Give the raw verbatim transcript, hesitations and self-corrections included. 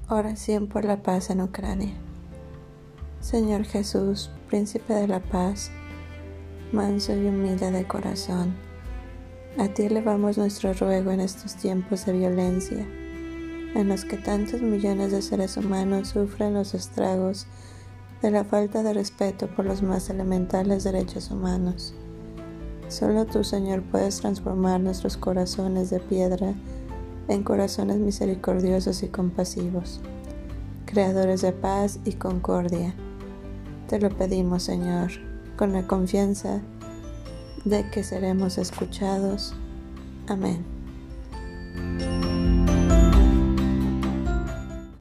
Oración por la paz en Ucrania. Señor Jesús, Príncipe de la Paz, manso y humilde de corazón, a ti elevamos nuestro ruego en estos tiempos de violencia, en los que tantos millones de seres humanos sufren los estragos de la falta de respeto por los más elementales derechos humanos. Solo tú, Señor, puedes transformar nuestros corazones de piedra en corazones misericordiosos y compasivos, creadores de paz y concordia. Te lo pedimos, Señor, con la confianza de que seremos escuchados. Amén.